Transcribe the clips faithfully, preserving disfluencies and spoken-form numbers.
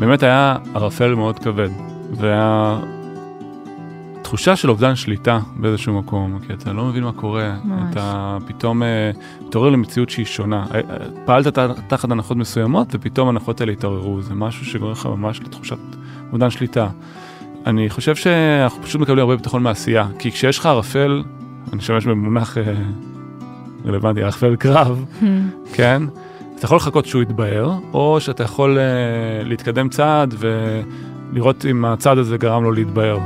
באמת היה ערפל מאוד כבד, והיה תחושה של אובדן שליטה באיזשהו מקום, כי אתה לא מבין מה קורה, ממש. אתה פתאום מתעורר למציאות שהיא שונה. פעלת תחת הנחות מסוימות, ופתאום הנחות האלה התעוררו. זה משהו שגורם לך ממש לתחושת אובדן שליטה. אני חושב שאנחנו פשוט מקבלים הרבה ביטחון מעשייה, כי כשיש לך ערפל, אני משתמש במונח רלוונטי, ערפל קרב, כן? אתה יכול לחכות שהוא יתבהר, או שאתה יכול להתקדם צעד ולראות אם הצעד הזה גרם לו להתבהר.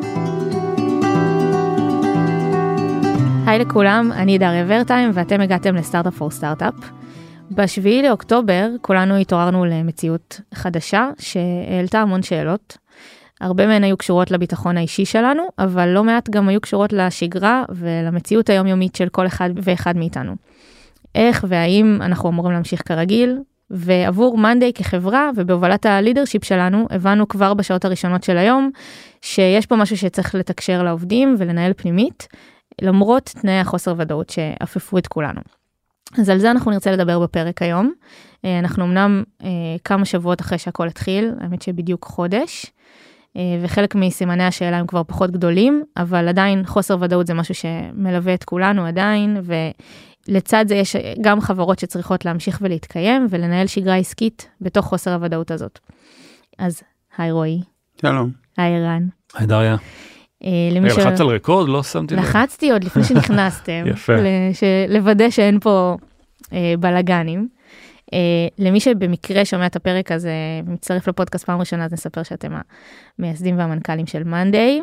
היי לכולם, אני דריה ורטיים, ואתם הגעתם לסטארט-אפ פור סטארט-אפ. בשביעי לאוקטובר כולנו התעוררנו למציאות חדשה שהעלתה המון שאלות. הרבה מהן היו קשורות לביטחון האישי שלנו, אבל לא מעט גם היו קשורות לשגרה ולמציאות היומיומית של כל אחד ואחד מאיתנו. איך והאם אנחנו אמורים להמשיך כרגיל, ועבור מאנדיי כחברה ובהובלת הלידרשיפ שלנו, הבנו כבר בשעות הראשונות של היום, שיש פה משהו שצריך לתקשר לעובדים ולנהל פנימית, למרות תנאי החוסר ודאות שאפפו את כולנו. אז על זה אנחנו נרצה לדבר בפרק היום. אנחנו אמנם כמה שבועות אחרי שהכל התחיל, האמת שבדיוק חודש, וחלק מסימני השאלה הם כבר פחות גדולים, אבל עדיין חוסר ודאות זה משהו שמלווה את כולנו עדיין, ולצד זה יש גם חברות שצריכות להמשיך ולהתקיים, ולנהל שגרה עסקית בתוך חוסר הוודאות הזאת. אז היי רועי. שלום. היי ערן. היי דריה. רגע, לחצת על רקורד? לא שמתי לב. לחצתי עוד לפני שנכנסתם. יפה. לוודא שאין פה בלגנים. למי שבמקרה שומע את הפרק הזה, מצטרף לפודקאסט פעם ראשונה, אז נספר שאתם המייסדים והמנכ"לים של מאנדיי.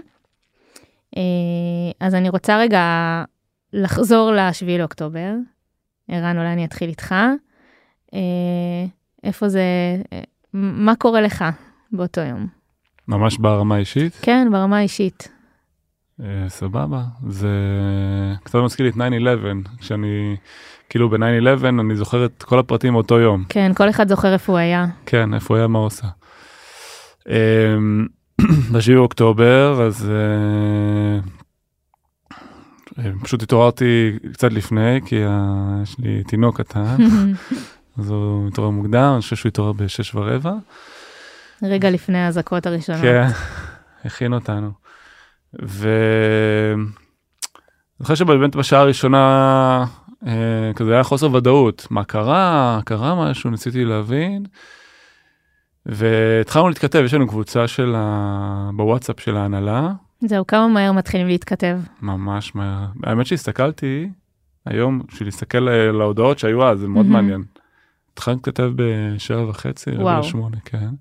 אז אני רוצה רגע לחזור לשביעי לאוקטובר. ערן, אולי אני אתחיל איתך. איפה זה, מה קורה לך באותו יום? ממש ברמה האישית? כן, ברמה האישית. סבבה. זה קצת מזכיר לי את ניין אלבן, כשאני, כאילו ב-ניין אלבן אני זוכר את כל הפרטים מאותו יום. כן, כל אחד זוכר איפה הוא היה. כן, איפה הוא היה, מה הוא עושה. בשביעי באוקטובר, אז פשוט התעוררתי קצת לפני, כי יש לי תינוק קטן, אז הוא מתעורר מוקדם, אני חושב שהוא התעורר בשש ורבע. רגע לפני ההזעקות הראשונות. כן, הכין אותנו. ו... אני חושב שבאמת בשעה הראשונה, אה, כזה היה חוסר ודאות. מה קרה? קרה משהו, ניסיתי להבין. והתחלנו להתכתב, יש לנו קבוצה של ה... בוואטסאפ של ההנהלה. זהו, כמה מהר מתחילים להתכתב? ממש מהר. האמת שהסתכלתי, היום, בשביל להסתכל להודעות שהיו אז, זה מאוד mm-hmm. מעניין. התחלנו להתכתב בשבע וחצי, רבע לשמונה, כן.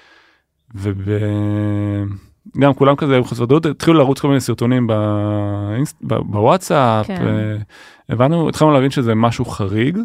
וגם כולם כזה היו חוסר ודאות, התחילו לרוץ כל מיני סרטונים בוואטסאפ, הבנו, התחלנו להבין שזה משהו חריג,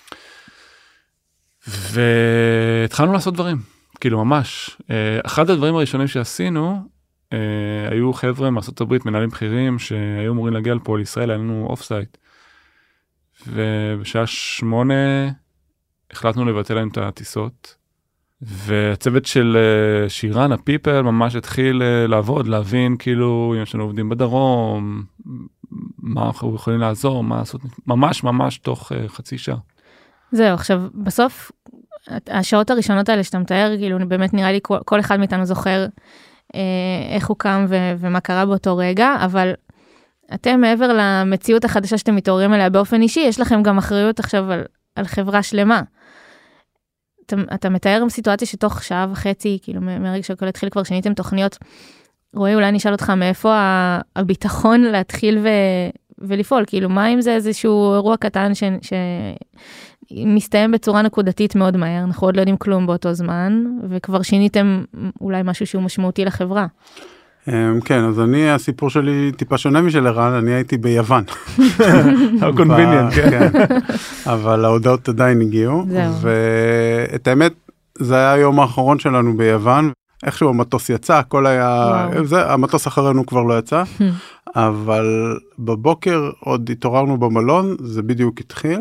והתחלנו לעשות דברים, כאילו ממש. אחד הדברים הראשונים שעשינו, היו חבר'ה מארצות הברית, מנהלים בכירים, שהיו אמורים להגיע לפה לישראל, היה לנו אוף סייט, ובשעה שמונה החלטנו לבטל להם את הטיסות, והצוות של שירן, הפיפל, ממש התחיל לעבוד, להבין כאילו, אם יש לנו עובדים בדרום, מה אנחנו יכולים לעזור, מה לעשות, ממש ממש תוך חצי שעה. זהו, עכשיו, בסוף, השעות הראשונות האלה שאתה מתאר, כאילו, באמת נראה לי, כל, כל אחד מאיתנו זוכר אה, איך הוא קם ו- ומה קרה באותו רגע, אבל אתם מעבר למציאות החדשה שאתם מתעוררים אליה באופן אישי, יש לכם גם אחריות עכשיו על, על חברה שלמה. אתה, אתה מתאר סיטואציה שתוך שעה וחצי, כאילו מרגע שהכל התחיל כבר שיניתם תוכניות, רואי, אולי נשאל אותך מאיפה הביטחון להתחיל ו, ולפעול, כאילו מה אם זה איזשהו אירוע קטן ש, שמסתיים בצורה נקודתית מאוד מהר, אנחנו עוד לא יודעים כלום באותו זמן, וכבר שיניתם אולי משהו שהוא משמעותי לחברה. כן, אז אני, הסיפור שלי טיפה שונה משל ערן, אני הייתי ביוון. how convenient, כן. אבל ההודעות עדיין הגיעו, ואת האמת, זה היה היום האחרון שלנו ביוון, איכשהו המטוס יצא, הכל היה, המטוס אחרינו כבר לא יצא, אבל בבוקר עוד התעוררנו במלון, זה בדיוק התחיל,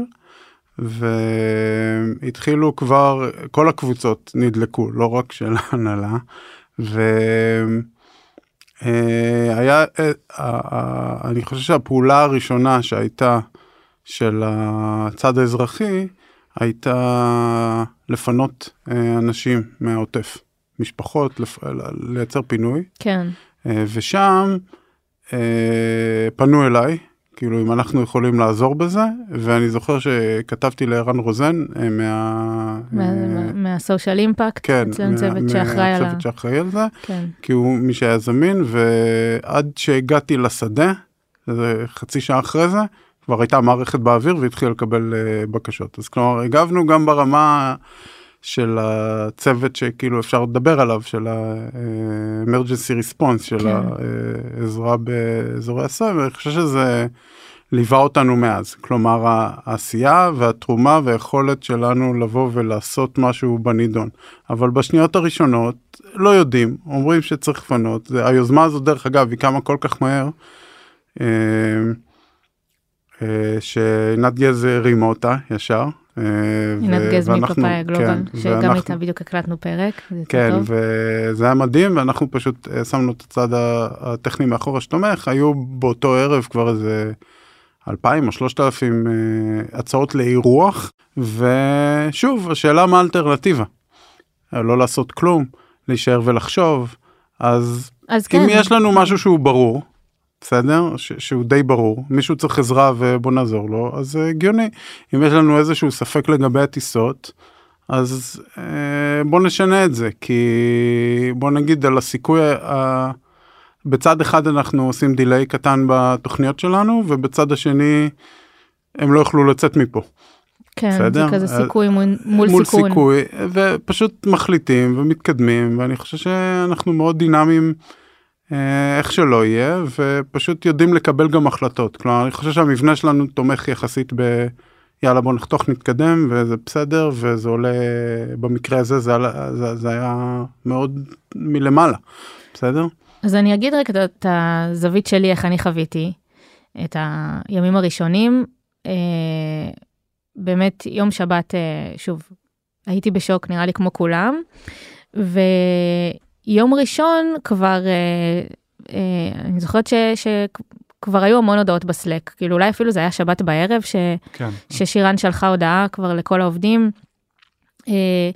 והתחילו כבר, כל הקבוצות נדלקו, לא רק של ההנהלה, ו... היה, אני חושב שהפעולה הראשונה שהייתה של הצד האזרחי, הייתה לפנות אנשים מהעוטף, משפחות, לפ... לייצר פינוי. כן. ושם פנו אליי, כאילו אם אנחנו יכולים לעזור בזה, ואני זוכר שכתבתי לערן רוזן, מה... מהסושיאל אימפקט, כן, אצלנו צוות שאחראי על ה... מהצוות שאחראי על זה, כן. כי הוא מי שהיה זמין, ועד שהגעתי לשדה, זה חצי שעה אחרי זה, כבר הייתה מערכת באוויר, והתחילה לקבל בקשות. אז כלומר, הגבנו גם ברמה של הצוות שכאילו אפשר לדבר עליו, של ה-emergency response, של העזרה באזורי הסוהר, ואני חושב שזה ליווה אותנו מאז. כלומר, העשייה והתרומה והיכולת שלנו לבוא ולעשות משהו בנידון. אבל בשניות הראשונות לא יודעים, אומרים שצריך לפנות. היוזמה הזאת, דרך אגב, היא קמה כל כך מהר, שעינת גז הרימה אותה ישר. עינת גז מפאפאיה גלובל, שגם איתה בדיוק הקלטנו פרק. כן, וזה היה מדהים, ואנחנו פשוט שמנו את הצד הטכני מאחורה שתומך, היו באותו ערב כבר איזה אלפיים או שלושת אלפים הצעות לאירוח, ושוב, השאלה מה האלטרנטיבה? לא לעשות כלום, להישאר ולחשוב, אז אם יש לנו משהו שהוא ברור, בסדר? ש- שהוא די ברור, מישהו צריך עזרה ובוא נעזור לו, אז זה הגיוני. אם יש לנו איזשהו ספק לגבי הטיסות, אז אה, בוא נשנה את זה, כי בוא נגיד על הסיכוי, אה, בצד אחד אנחנו עושים דיליי קטן בתוכניות שלנו, ובצד השני הם לא יוכלו לצאת מפה. כן, בסדר? זה כזה סיכוי מול, מול, מול סיכון. מול סיכוי, ופשוט מחליטים ומתקדמים, ואני חושב שאנחנו מאוד דינמיים, איך שלא יהיה, ופשוט יודעים לקבל גם החלטות. כלומר, אני חושב שהמבנה שלנו תומך יחסית ב... יאללה, בוא נחתוך, נתקדם, וזה בסדר, וזה עולה, במקרה הזה, זה, זה, זה היה מאוד מלמעלה. בסדר? אז אני אגיד רק את הזווית שלי, איך אני חוויתי את הימים הראשונים. באמת, יום שבת, שוב, הייתי בשוק, נראה לי כמו כולם, ו... יום ראשון כבר, אה, אה, אני זוכרת ש, שכבר היו המון הודעות בסלק, כאילו אולי אפילו זה היה שבת בערב, ש, כן. ששירן שלחה הודעה כבר לכל העובדים, אה,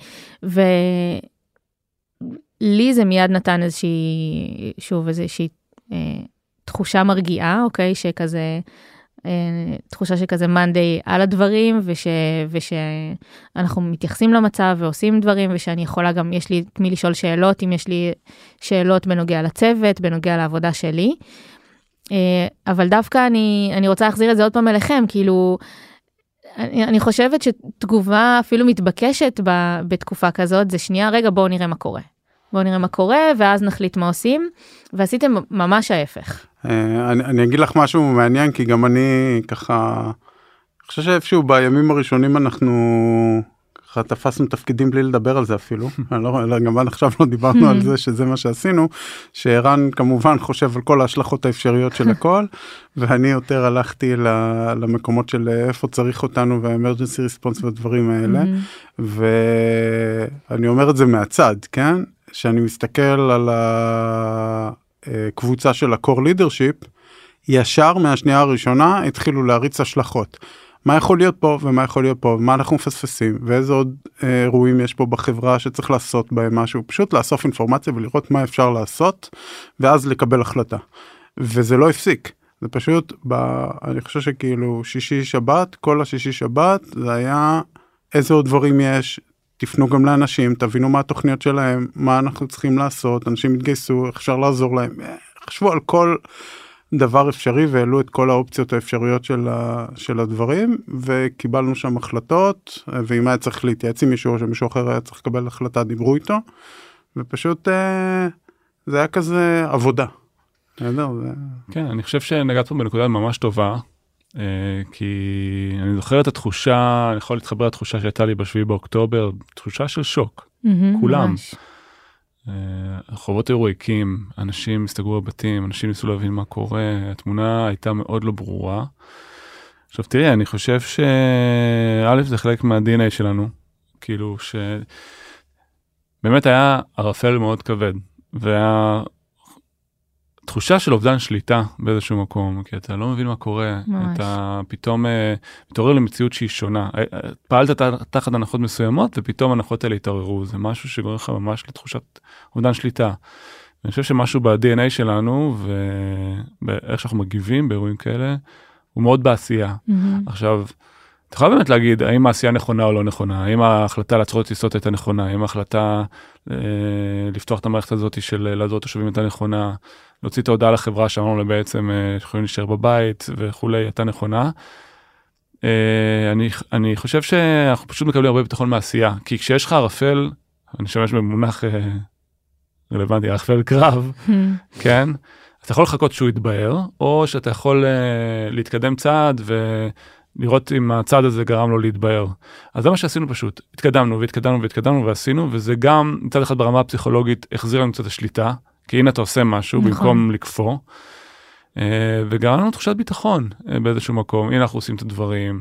ולי זה מיד נתן איזושהי, שוב איזושהי אה, תחושה מרגיעה, אוקיי, שכזה, תחושה שכזה מנדי על הדברים, וש, ושאנחנו מתייחסים למצב ועושים דברים, ושאני יכולה גם, יש לי מי לשאול שאלות, אם יש לי שאלות בנוגע לצוות, בנוגע לעבודה שלי. אבל דווקא אני, אני רוצה להחזיר את זה עוד פעם אליכם, כאילו, אני, אני חושבת שתגובה אפילו מתבקשת ב, בתקופה כזאת, זה שנייה, רגע, בואו נראה מה קורה. בואו נראה מה קורה, ואז נחליט מה עושים, ועשיתם ממש ההפך. אני, אני אגיד לך משהו מעניין, כי גם אני ככה, אני חושב שאיפשהו בימים הראשונים אנחנו ככה תפסנו תפקידים בלי לדבר על זה אפילו, לא, גם עד עכשיו לא דיברנו על זה, שזה מה שעשינו, שערן כמובן חושב על כל ההשלכות האפשריות של הכל, ואני יותר הלכתי למקומות של איפה צריך אותנו, וה-emergency response והדברים האלה, ואני אומר את זה מהצד, כן? שאני מסתכל על הקבוצה של ה-core leadership, ישר מהשנייה הראשונה התחילו להריץ השלכות. מה יכול להיות פה ומה יכול להיות פה, ומה אנחנו מפספסים, ואיזה עוד אירועים יש פה בחברה שצריך לעשות בהם משהו, פשוט לאסוף אינפורמציה ולראות מה אפשר לעשות, ואז לקבל החלטה. וזה לא הפסיק, זה פשוט, ב, אני חושב שכאילו שישי שבת, כל השישי שבת, זה היה איזה עוד דברים יש, תפנו גם לאנשים, תבינו מה התוכניות שלהם, מה אנחנו צריכים לעשות, אנשים יתגייסו, איך אפשר לעזור להם, חשבו על כל דבר אפשרי, והעלו את כל האופציות האפשריות של, ה, של הדברים, וקיבלנו שם החלטות, ואם היה צריך להתייעץ עם מישהו, או שמישהו אחר היה צריך לקבל החלטה, דיברו איתו, ופשוט זה היה כזה עבודה. כן, אני חושב שנגעת פה בנקודה ממש טובה, כי אני זוכר את התחושה, אני יכול להתחבר לתחושה שהייתה לי בשביעי באוקטובר, תחושה של שוק, כולם. החובות היו ריקים, אנשים הסתגרו בבתים, אנשים ניסו להבין מה קורה, התמונה הייתה מאוד לא ברורה. עכשיו תראי, אני חושב שא' זה חלק מה-די אן איי שלנו, כאילו שבאמת היה ערפל מאוד כבד, והיה תחושה של אובדן שליטה באיזשהו מקום, כי אתה לא מבין מה קורה, ממש. אתה פתאום מתעורר למציאות שהיא שונה. פעלת תחת הנחות מסוימות, ופתאום הנחות האלה התעוררו. זה משהו שגורם לך ממש לתחושת אובדן שליטה. אני חושב שמשהו ב-די אן איי שלנו, ואיך שאנחנו מגיבים באירועים כאלה, הוא מאוד בעשייה. Mm-hmm. עכשיו, אתה יכול באמת להגיד, האם העשייה נכונה או לא נכונה, האם ההחלטה לעצור את טיסות הייתה נכונה, האם ההחלטה אה, לפתוח את המערכת הזאת של לעזור תושבים הייתה נכונה, להוציא את ההודעה לחברה שאמרנו לה בעצם אה, שיכולים להישאר בבית וכולי, הייתה נכונה. אה, אני, אני חושב שאנחנו פשוט מקבלים הרבה ביטחון מעשייה, כי כשיש לך ערפל, אני משתמש במונח אה, רלוונטי, ערפל קרב, כן? אתה יכול לחכות שהוא יתבהר, או שאתה יכול אה, להתקדם צעד ו... לראות אם הצעד הזה גרם לו להתבהר. אז זה מה שעשינו פשוט. התקדמנו והתקדמנו והתקדמנו ועשינו, וזה גם מצד אחד ברמה הפסיכולוגית החזיר לנו קצת השליטה, כי הנה אתה עושה משהו נכון. במקום לקפוא, וגם לנו תחושת ביטחון באיזשהו מקום. הנה אנחנו עושים את הדברים.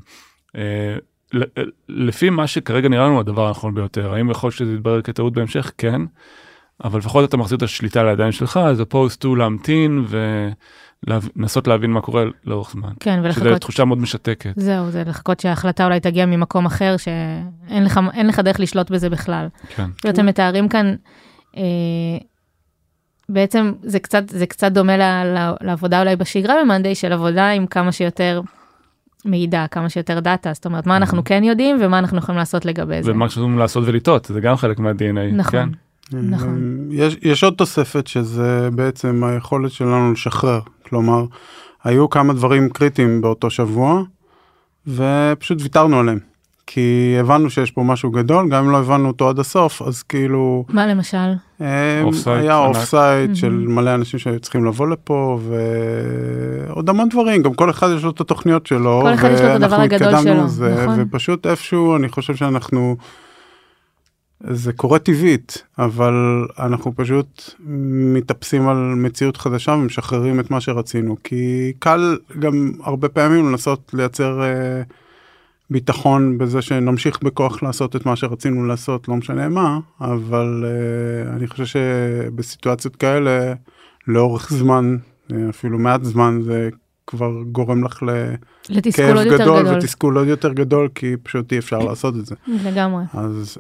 לפי מה שכרגע נראה לנו הדבר הנכון ביותר, האם יכול שזה יתברר כטעות בהמשך? כן. אבל לפחות אתה מחזיר את השליטה לידיים שלך, אז opposed to להמתין ו... לנסות להבין מה קורה לאורך זמן. כן, ולחכות... שזו תחושה מאוד משתקת. זהו, זה לחכות שההחלטה אולי תגיע ממקום אחר, שאין לך, אין לך דרך לשלוט בזה בכלל. כן. ואתם מתארים כאן, אה, בעצם זה קצת, זה קצת דומה לה, לה, לעבודה אולי בשגרה במאנדיי, של עבודה עם כמה שיותר מידע, כמה שיותר דאטה, זאת אומרת, מה אנחנו כן יודעים, ומה אנחנו יכולים לעשות לגבי זה. ומה שאנחנו לעשות ולטעות, זה גם חלק מה-די אן איי. נכון. כן? נכון. יש, יש עוד תוספת שזה בעצם היכולת שלנו לשחרר, כלומר, היו כמה דברים קריטיים באותו שבוע, ופשוט ויתרנו עליהם, כי הבנו שיש פה משהו גדול, גם אם לא הבנו אותו עד הסוף, אז כאילו... מה למשל? היה אוף סייט של מלא אנשים שהיו צריכים לבוא לפה, ועוד המון דברים, גם כל אחד יש לו את התוכניות שלו, כל אחד יש לו את הדבר הגדול שלו, נכון. ופשוט איפשהו, אני חושב שאנחנו... זה קורה טבעית, אבל אנחנו פשוט מתאפסים על מציאות חדשה ומשחררים את מה שרצינו, כי קל גם הרבה פעמים לנסות לייצר אה, ביטחון בזה שנמשיך בכוח לעשות את מה שרצינו לעשות, לא משנה מה, אבל אה, אני חושב שבסיטואציות כאלה, לאורך זמן, אפילו מעט זמן, זה כבר גורם לך לכאב גדול ותסכול עוד יותר גדול, כי פשוט אי אפשר לעשות את זה. לגמרי. אז,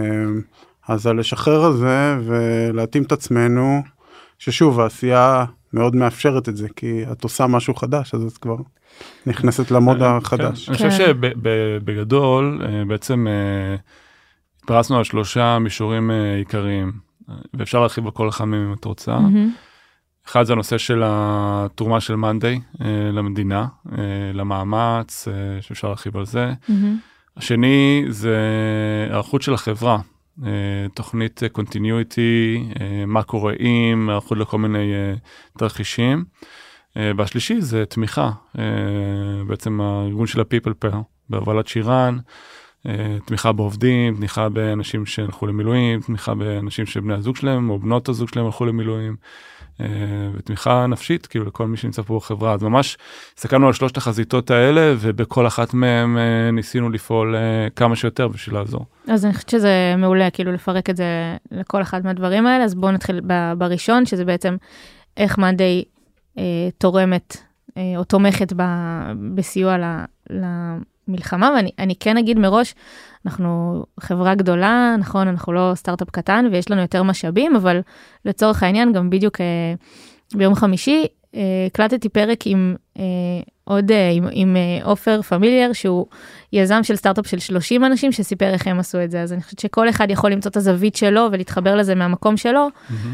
אז על לשחרר הזה ולהתאים את עצמנו, ששוב, העשייה מאוד מאפשרת את זה, כי את עושה משהו חדש, אז את כבר נכנסת למוד החדש. אני חושב שבגדול, בעצם התפרסנו על שלושה מישורים עיקריים, ואפשר להרחיב בכל אחד מהם אם את רוצה. אחד זה הנושא של התרומה של מאנדיי למדינה, למאמץ, שאפשר להרחיב על זה. השני זה הערכות של החברה, תוכנית קונטיניויטי, מה קורה עם, הערכות לכל מיני תרחישים. והשלישי זה תמיכה, בעצם הארגון של ה-People Pair, בהובלת שירן, תמיכה בעובדים, תמיכה באנשים שהלכו למילואים, תמיכה באנשים שבני הזוג שלהם או בנות הזוג שלהם הלכו למילואים, ותמיכה נפשית, כאילו לכל מי שנמצא פה בחברה. אז ממש הסתכלנו על שלושת החזיתות האלה, ובכל אחת מהם ניסינו לפעול כמה שיותר בשביל לעזור. אז אני חושבת שזה מעולה, כאילו לפרק את זה לכל אחד מהדברים האלה, אז בואו נתחיל בראשון, שזה בעצם איך מאנדיי תורמת או תומכת בסיוע למלחמה, ואני כן אגיד מראש, אנחנו חברה גדולה, נכון, אנחנו לא סטארט-אפ קטן, ויש לנו יותר משאבים, אבל לצורך העניין, גם בדיוק ביום חמישי, הקלטתי פרק עם עוד, עם אופר פמיליאר, שהוא יזם של סטארט-אפ של שלושים אנשים, שסיפר איך הם עשו את זה, אז אני חושבת שכל אחד יכול למצוא את הזווית שלו, ולהתחבר לזה מהמקום שלו,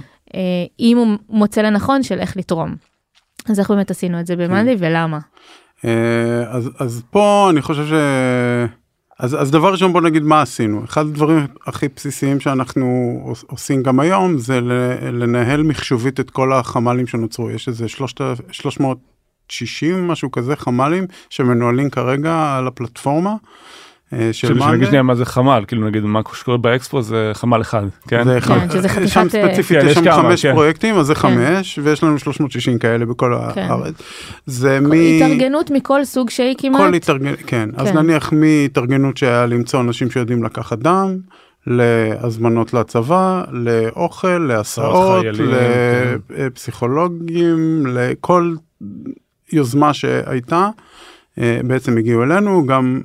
אם הוא מוצא לנכון של איך לתרום. אז איך באמת עשינו את זה במאנדיי, ולמה? אז, אז פה אני חושב ש... אז, אז דבר ראשון בוא נגיד מה עשינו. אחד הדברים הכי בסיסיים שאנחנו עושים גם היום, זה לנהל מחשובית את כל החמלים שנוצרו. יש איזה שלוש מאות שישים, משהו כזה, חמלים, שמנוהלים כרגע על הפלטפורמה. שנגיד שנייה מה זה חמל, כאילו נגיד מה שקורה באקספו זה חמל אחד, כן? שם ספציפית יש שם חמש פרויקטים, אז זה חמש, ויש לנו שלוש מאות שישים כאלה בכל הארץ. התארגנות מכל סוג שהיא כמעט? כן, אז נניח מהתארגנות שהיה למצוא אנשים שיודעים לקחת דם, להזמנות לצבא, לאוכל, להסעות, לפסיכולוגים, לכל יוזמה שהייתה, בעצם הגיעו אלינו, גם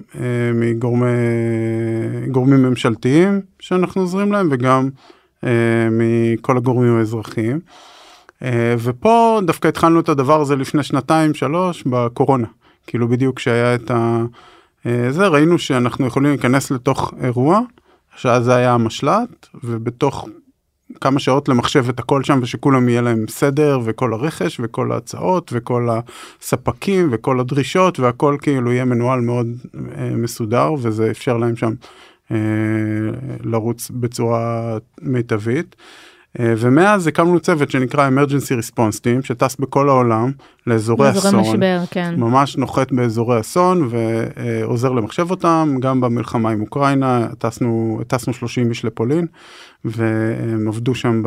מגורמים ממשלתיים שאנחנו עוזרים להם, וגם מכל הגורמים האזרחיים. ופה דווקא התחלנו את הדבר הזה לפני שנתיים, שלוש, בקורונה. כאילו בדיוק כשהיה את ה... זה, ראינו שאנחנו יכולים להיכנס לתוך אירוע, שאז זה היה המשלט, ובתוך כמה שעות למחשב את הכל שם, ושכולם יהיה להם סדר, וכל הרכש, וכל ההצעות, וכל הספקים, וכל הדרישות, והכל כאילו יהיה מנוהל מאוד מסודר, וזה אפשר להם שם לרוץ בצורה מיטבית. ומאז הקמנו צוות שנקרא Emergency Response Team, שטס בכל העולם לאזורי אסון. משבר, כן. ממש נוחת באזורי אסון, ועוזר למחשב אותם, גם במלחמה עם אוקראינה, טסנו, טסנו שלושים איש לפולין, והם עבדו שם ב...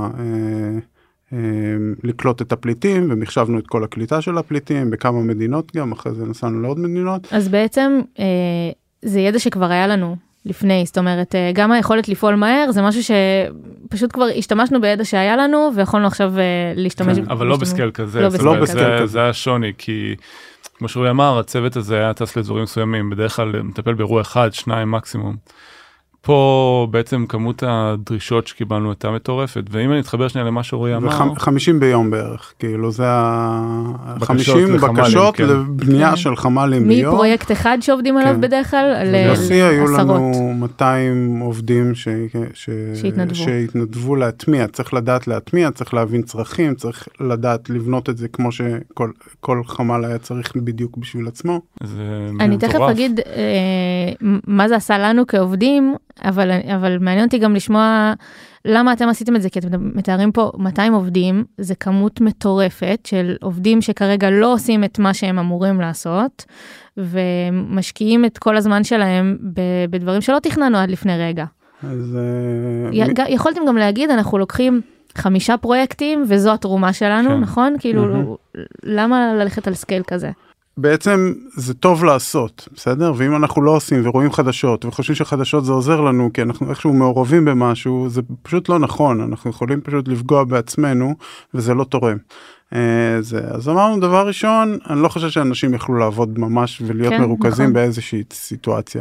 לקלוט את הפליטים, ומחשבנו את כל הקליטה של הפליטים, בכמה מדינות גם, אחרי זה נסענו לעוד מדינות. אז בעצם זה ידע שכבר היה לנו. לפני, זאת אומרת, גם היכולת לפעול מהר, זה משהו שפשוט כבר השתמשנו בידע שהיה לנו, ויכולנו עכשיו להשתמש... אבל לא בסקייל כזה, זה היה שוני, כי כמו שאורי אמר, הצוות הזה היה טס לאזורים מסוימים, בדרך כלל מטפל באירוע אחד, שניים מקסימום. פה בעצם כמות הדרישות שקיבלנו הייתה מטורפת, ואם אני אתחבר שנייה למה שאורי אמר... חמישים ביום בערך, כאילו זה ה-חמישים בקשות לבנייה של חמ"לים ביום. מפרויקט אחד שעובדים עליו בדרך כלל לעשרות. בשיא היו לנו מאתיים עובדים שהתנדבו להטמיע, צריך לדעת להטמיע, צריך להבין צרכים, צריך לדעת לבנות את זה כמו שכל חמ"ל היה צריך בדיוק בשביל עצמו. אני תכף אגיד מה זה עשה לנו כעובדים, אבל, אבל מעניין אותי גם לשמוע למה אתם עשיתם את זה, כי אתם מתארים פה מאתיים עובדים, זה כמות מטורפת של עובדים שכרגע לא עושים את מה שהם אמורים לעשות, ומשקיעים את כל הזמן שלהם בדברים שלא תכננו עד לפני רגע. אז... יכולתם גם להגיד, אנחנו לוקחים חמישה פרויקטים, וזו התרומה שלנו, כן. נכון? כאילו, mm-hmm. למה ללכת על סקייל כזה? בעצם זה טוב לעשות, בסדר? ואם אנחנו לא עושים ורואים חדשות, וחושבים שחדשות זה עוזר לנו, כי אנחנו איכשהו מעורבים במשהו, זה פשוט לא נכון, אנחנו יכולים פשוט לפגוע בעצמנו, וזה לא תורם. זה, אז אמרנו, דבר ראשון, אני לא חושב שאנשים יכלו לעבוד ממש, ולהיות כן, מרוכזים נכון. באיזושהי סיטואציה.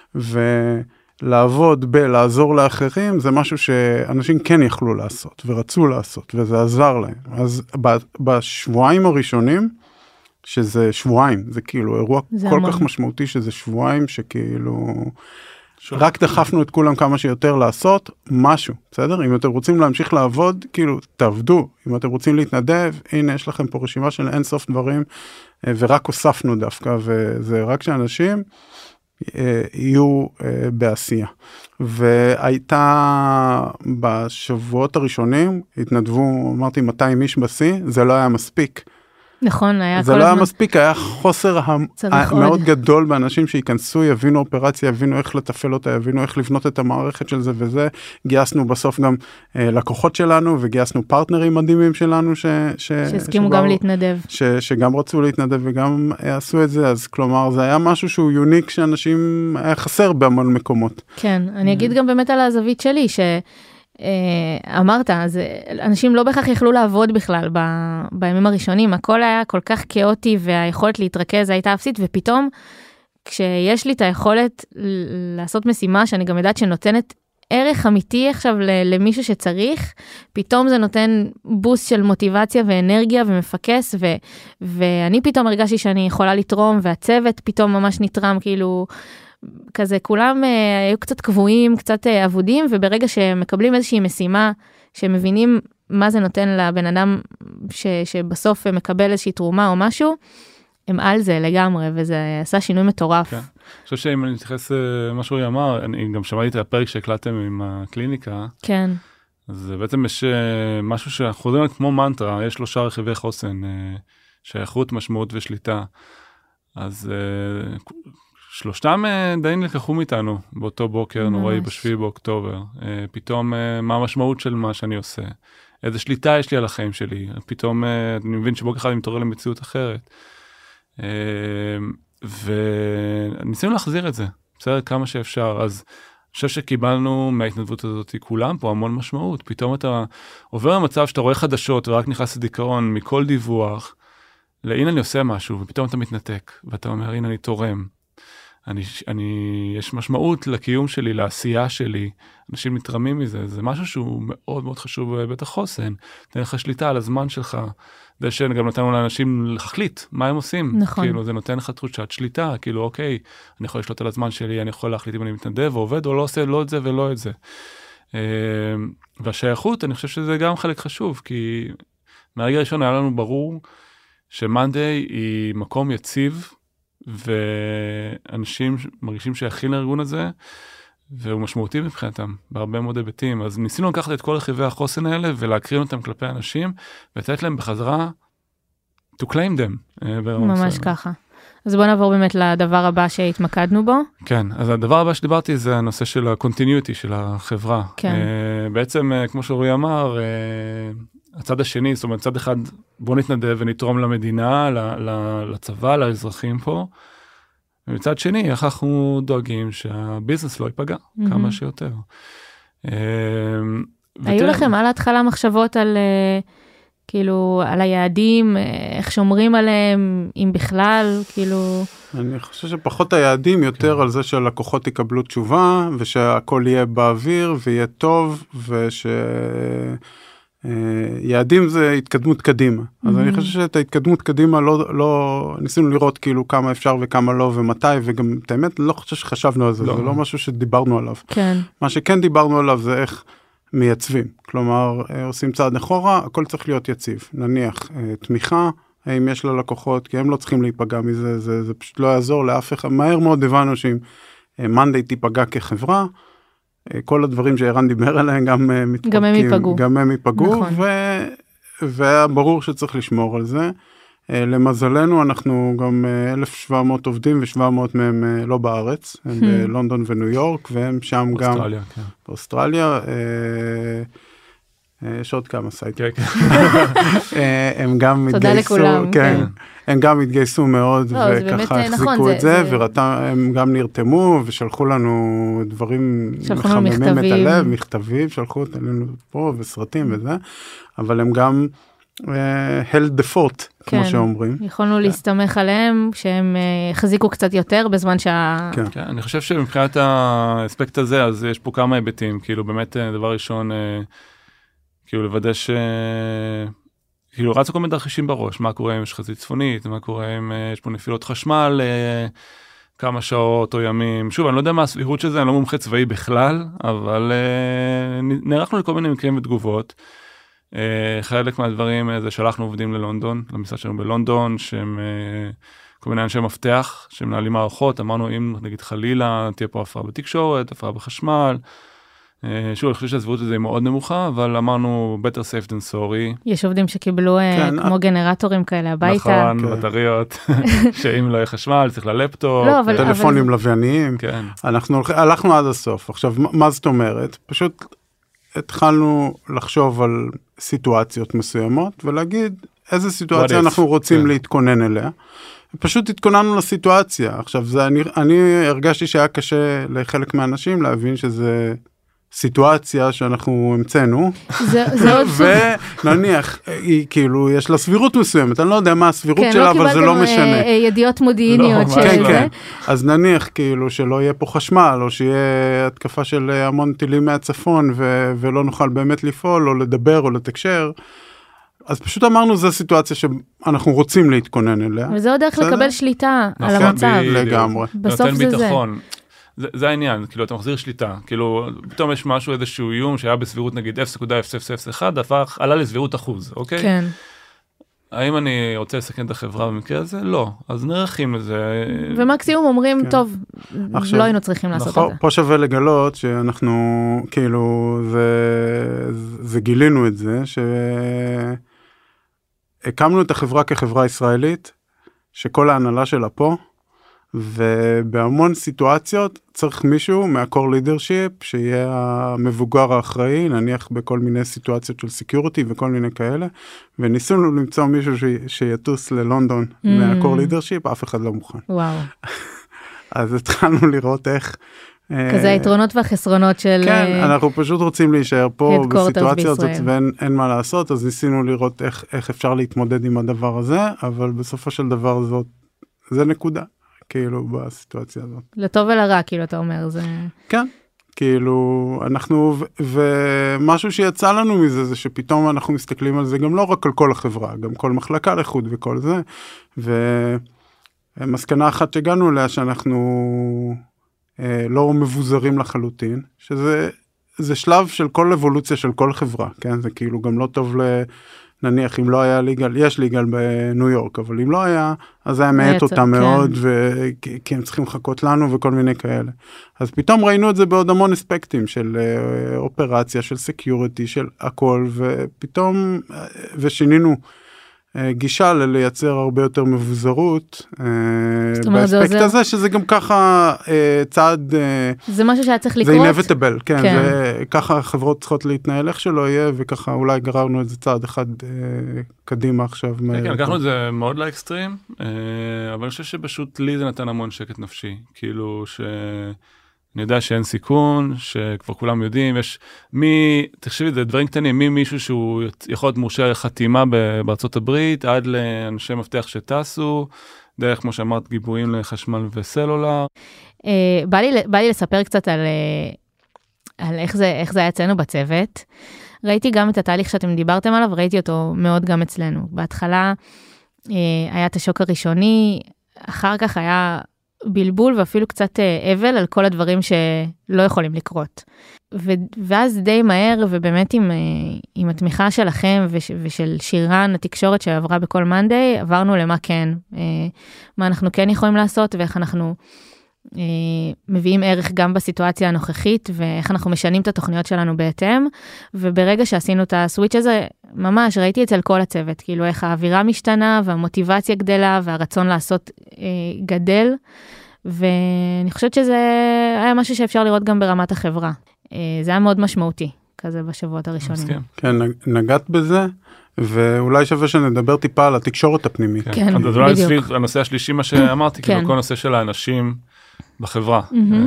ולעבוד בלעזור לאחרים, זה משהו שאנשים כן יכלו לעשות, ורצו לעשות, וזה עזר להם. אז בשבועיים הראשונים, שזה שבועיים, זה כאילו אירוע זה כל המון. כך משמעותי שזה שבועיים שכאילו שוב. רק דחפנו את כולם כמה שיותר לעשות משהו, בסדר? אם אתם רוצים להמשיך לעבוד, כאילו תעבדו, אם אתם רוצים להתנדב, הנה יש לכם פה רשימה של אין סוף דברים, ורק הוספנו דווקא, וזה רק שאנשים יהיו בעשייה. והייתה בשבועות הראשונים, התנדבו, אמרתי מאתיים איש בשיא, זה לא היה מספיק. נכון, היה כל הזמן. זה לא היה מספיק, היה חוסר מאוד גדול באנשים שיכנסו, יבינו אופרציה, יבינו איך לטפל אותה, יבינו איך לבנות את המערכת של זה וזה. גייסנו בסוף גם לקוחות שלנו, וגייסנו פרטנרים מדהימים שלנו. שהסכימו גם להתנדב. שגם רצו להתנדב וגם עשו את זה, אז כלומר, זה היה משהו שהוא יוניק שאנשים היה חסר בהמון מקומות. כן, אני אגיד גם באמת על הזווית שלי, ש... אמרת, אז אנשים לא בהכרח יכלו לעבוד בכלל ב, בימים הראשונים, הכל היה כל כך כאוטי והיכולת להתרכז הייתה אפסית, ופתאום כשיש לי את היכולת לעשות משימה שאני גם יודעת שנותנת ערך אמיתי עכשיו למישהו שצריך, פתאום זה נותן בוסט של מוטיבציה ואנרגיה ומפקס, ו, ואני פתאום הרגשתי שאני יכולה לתרום, והצוות פתאום ממש נתרם, כאילו כזה כולם אה, היו קצת קבועים, קצת אה, עבודים, וברגע שמקבלים איזושהי משימה, שמבינים מה זה נותן לבן אדם ש, שבסוף מקבל איזושהי תרומה או משהו, הם על זה לגמרי, וזה עשה שינוי מטורף. כן. אני חושב שאם אני מתייחס למה שהוא אמר, אני גם שמעתי את הפרק שהקלטתם עם הקליניקה. כן. אז בעצם יש משהו שאנחנו חוזרים כמו מנטרה, יש שלושה רכיבי חוסן, שייכות, משמעות ושליטה. אז שלושתם די נלקחו מאיתנו באותו בוקר נוראי בשביעי באוקטובר. פתאום מה המשמעות של מה שאני עושה? איזה שליטה יש לי על החיים שלי? פתאום אני מבין שבוקר אחד אני מתעורר למציאות אחרת. וניסינו להחזיר את זה, בסדר? כמה שאפשר. אז אני חושב שקיבלנו מההתנדבות הזאת כולם פה המון משמעות. פתאום אתה עובר למצב שאתה רואה חדשות ורק נכנס לדיכאון מכל דיווח, להנה אני עושה משהו, ופתאום אתה מתנתק, ואתה אומר, הנה אני תורם. אני, אני, יש משמעות לקיום שלי, לעשייה שלי, אנשים מתרמים מזה, זה משהו שהוא מאוד מאוד חשוב בבית החוסן, תן לך שליטה על הזמן שלך, זה שגם נתנו לאנשים להחליט מה הם עושים, נכון. כאילו זה נותן לך תחושת שליטה, כאילו אוקיי, אני יכול לשלוט על הזמן שלי, אני יכול להחליט אם אני מתנדב או עובד, או לא עושה לא את זה ולא את זה. והשייכות, אני חושב שזה גם חלק חשוב, כי מהרגע הראשון היה לנו ברור, שמאנדיי היא מקום יציב, ואנשים מרגישים שייכים לארגון הזה, והוא משמעותי מבחינתם, בהרבה מאוד היבטים. אז ניסינו לקחת את כל רכיבי החוסן האלה, ולהקרין אותם כלפי אנשים, ולתת להם בחזרה, to claim them. ממש ככה. אז בוא נעבור באמת לדבר הבא שהתמקדנו בו. כן, אז הדבר הבא שדיברתי זה הנושא של ה-continuity של החברה. כן. בעצם, כמו שאורי אמר, הצד השני, זאת אומרת, צד אחד, בוא נתנדב ונתרום למדינה, לצבא, לאזרחים פה, ומצד שני, איך אנחנו דואגים שהביזנס לא ייפגע כמה שיותר. היו לכם על ההתחלה מחשבות על, כאילו, על היעדים, איך שומרים עליהם, אם בכלל, כאילו... אני חושב שפחות היעדים, יותר על זה שהלקוחות יקבלו תשובה, ושהכל יהיה באוויר, ויהיה טוב, וש... יעדים זה התקדמות קדימה, אז אני חושב שאת ההתקדמות קדימה לא, לא, ניסינו לראות כאילו כמה אפשר וכמה לא ומתי, וגם את האמת לא חושב שחשבנו על זה, זה לא משהו שדיברנו עליו. כן. מה שכן דיברנו עליו זה איך מייצבים, כלומר עושים צעד אחורה, הכל צריך להיות יציב, נניח תמיכה, האם יש ללקוחות, כי הם לא צריכים להיפגע מזה, זה, זה פשוט לא יעזור לאף אחד, מהר מאוד הבנו שאם מאנדיי תיפגע כחברה, כל הדברים שערן דיבר עליהם גם מתפרקים, גם הם ייפגעו. גם הם ייפגעו, נכון. ו... והיה ברור שצריך לשמור על זה. למזלנו אנחנו גם אלף ושבע מאות עובדים ו-שבע מאות מהם לא בארץ, הם בלונדון וניו יורק, והם שם גם... אוסטרליה, כן. באוסטרליה, יש עוד כמה סייטים. הם גם התגייסו, כן, הם גם התגייסו מאוד, וככה החזיקו את זה, והם גם נרתמו, ושלחו לנו דברים מחממים את הלב, מכתבים, שלחו אותנו פה, וסרטים וזה, אבל הם גם held the fort, כמו שאומרים. יכולנו להסתמך עליהם, שהם החזיקו קצת יותר, בזמן שה... כן, אני חושב שמבחינת האספקט הזה, אז יש פה כמה היבטים, כאילו באמת דבר ראשון, כאילו לוודא ש... כאילו רצו כל מיני דרחישים בראש, מה קורה אם יש חזית צפונית, מה קורה אם יש פה נפילות חשמל, כמה שעות או ימים. שוב, אני לא יודע מה הסבירות של זה, אני לא מומחה צבאי בכלל, אבל נערכנו לכל מיני מקרים ותגובות. חלק מהדברים זה שלחנו עובדים ללונדון, למשרד שלנו בלונדון, שהם כל מיני אנשי מפתח, שמנהלים מערכות, אמרנו אם נגיד חלילה תהיה פה הפרעה בתקשורת, הפרעה בחשמל, שוב, אני חושב שהסבירות הזה היא מאוד נמוכה, אבל אמרנו, better safe than sorry. יש עובדים שקיבלו כמו גנרטורים כאלה הביתה. נכון, בטריות, שאם לא יהיה חשמל, צריך ללפטופ. טלפונים לווייניים. אנחנו הלכנו עד הסוף. עכשיו, מה זאת אומרת? פשוט התחלנו לחשוב על סיטואציות מסוימות, ולהגיד איזה סיטואציה אנחנו רוצים להתכונן אליה. פשוט התכוננו לסיטואציה. עכשיו, אני הרגשתי שהיה קשה לחלק מהאנשים להבין שזה... סיטואציה שאנחנו המצאנו, ונניח, היא כאילו, יש לה סבירות מסוימת, אני לא יודע מה הסבירות שלה, אבל זה לא משנה. כן, לא קיבלתם ידיעות מודיעיניות של זה. כן, אז נניח כאילו שלא יהיה פה חשמל, או שיהיה התקפה של המון טילים מהצפון, ולא נוכל באמת לפעול, או לדבר, או לתקשר, אז פשוט אמרנו, זו סיטואציה שאנחנו רוצים להתכונן אליה. וזה עוד דרך לקבל שליטה על המצב. לגמרי. בסוף זה זה. זה, זה העניין, כאילו, אתה מחזיר שליטה, כאילו, פתאום יש משהו, איזשהו איום שהיה בסבירות, נגיד, אפס נקודה אפס אפס אפס אחת, הפך, עלה לסבירות אחוז, אוקיי? כן. האם אני רוצה לסכן את החברה במקרה הזה? לא. אז נערכים לזה. ומקסימום אומרים, כן. טוב, עכשיו, לא היינו צריכים לעשות נכון, את זה. פה שווה לגלות שאנחנו, כאילו, זה, זה גילינו את זה, שהקמנו את החברה כחברה ישראלית, שכל ההנהלה שלה פה, ובהמון סיטואציות צריך מישהו מהקור לידרשיפ שיהיה המבוגר האחראי, נניח בכל מיני סיטואציות של סקיוריטי וכל מיני כאלה, וניסינו למצוא מישהו ש... שיטוס ללונדון mm. מהקור לידרשיפ, אף אחד לא מוכן. וואו. אז התחלנו לראות איך כזה היתרונות והחסרונות של... כן, אנחנו פשוט רוצים להישאר פה בסיטואציה הזאת ואין מה לעשות, אז ניסינו לראות איך אפשר להתמודד עם הדבר הזה, אבל בסופו של דבר זאת, זה נקודה, כאילו, בסיטואציה הזאת. לטוב ולרע, כאילו, אתה אומר, זה... כן, כאילו, אנחנו, ומשהו שיצא לנו מזה, זה שפתאום אנחנו מסתכלים על זה, גם לא רק על כל החברה, גם כל מחלקה לחוד וכל זה, ומסקנה אחת שהגענו אליה, שאנחנו... לא מבוזרים לחלוטין, שזה זה שלב של כל אבולוציה של כל חברה, כן? זה כאילו גם לא טוב נניח אם לא היה ליגל, יש ליגל בניו יורק, אבל אם לא היה, אז היה מעט אותה מאוד, כי הם צריכים לחכות לנו וכל מיני כאלה. אז פתאום ראינו את זה בעוד המון אספקטים של אופרציה, של סקיוריטי, של הכל, ופתאום, ושינינו גישה ללייצר הרבה יותר מבוזרות, באספקט הזה, שזה גם ככה צעד... זה משהו שהיה צריך לקרות. זה inevitable, כן, וככה החברות צריכות להתנהל איך שלא יהיה, וככה אולי גררנו את זה צעד אחד קדימה עכשיו. כן, לקחנו את זה מאוד לאקסטרים, אבל אני חושב שפשוט לי זה נתן המון שקט נפשי, כאילו ש... אני יודע שאין סיכון, שכבר כולם יודעים, יש מי, תחשבי, זה דברים קטנים, מי מישהו שהוא יכול להיות מורשה חתימה בארצות הברית, עד לאנשי מפתח שטסו, דרך, כמו שאמרת, גיבויים לחשמל וסלולר. בא לי, בא לי לספר קצת על, על איך זה, איך זה היה אצלנו בצוות. ראיתי גם את התהליך שאתם דיברתם עליו, ראיתי אותו מאוד גם אצלנו. בהתחלה היה את השוק הראשוני, אחר כך היה... בלבול ואפילו קצת אבל על כל הדברים שלא יכולים לקרות. ו- ואז די מהר, ובאמת עם, עם התמיכה שלכם וש- ושל שירן, התקשורת שעברה בכל מנדי, עברנו למה כן, מה אנחנו כן יכולים לעשות, ואיך אנחנו מביאים ערך גם בסיטואציה הנוכחית, ואיך אנחנו משנים את התוכניות שלנו בהתאם, וברגע שעשינו את הסוויץ' הזה, ממש ראיתי אצל כל הצוות, כאילו איך האווירה משתנה, והמוטיבציה גדלה, והרצון לעשות אה, גדל, ואני חושבת שזה היה משהו שאפשר לראות גם ברמת החברה. אה, זה היה מאוד משמעותי, כזה בשבועות הראשונים. כן, נגעת בזה, ואולי שווה שנדבר טיפה על התקשורת הפנימית. כן, כן בדיוק. אולי סביב הנושא השלישי, מה שאמרתי, כאילו כל נושא של האנשים בחברה.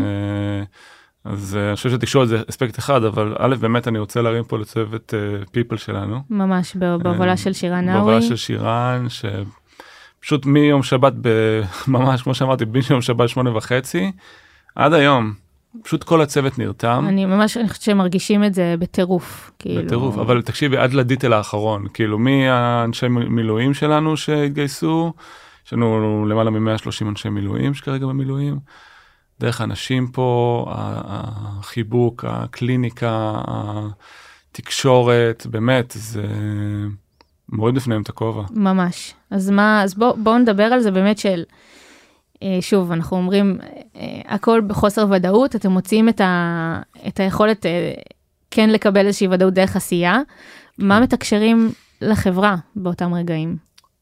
אז אני חושב שתקשורת זה אספקט אחד, אבל א', באמת אני רוצה להרים פה לצוות פיפל שלנו. ממש, בהובלה של שירן נאווי. בהובלה של שירן, שפשוט מיום שבת, ממש כמו שאמרתי, ביום שבת שמונה וחצי, עד היום, פשוט כל הצוות נרתם. אני ממש, אני חושבת שהם מרגישים את זה בטירוף. בטירוף, אבל תקשיבי, עד לדיטל האחרון, כאילו, מי האנשי מילואים שלנו שהתגייסו, יש לנו למעלה מ-מאה ושלושים אנשי מילואים שכרגע במילואים, דרך האנשים פה, החיבוק, הקליניקה, התקשורת, באמת, זה מוריד בפניהם את הכובע. ממש. אז מה, אז בוא, בואו נדבר על זה באמת של, שוב, אנחנו אומרים, הכל בחוסר ודאות, אתם מוצאים את, ה, את היכולת כן לקבל איזושהי ודאות דרך עשייה, מה מתקשרים לחברה באותם רגעים?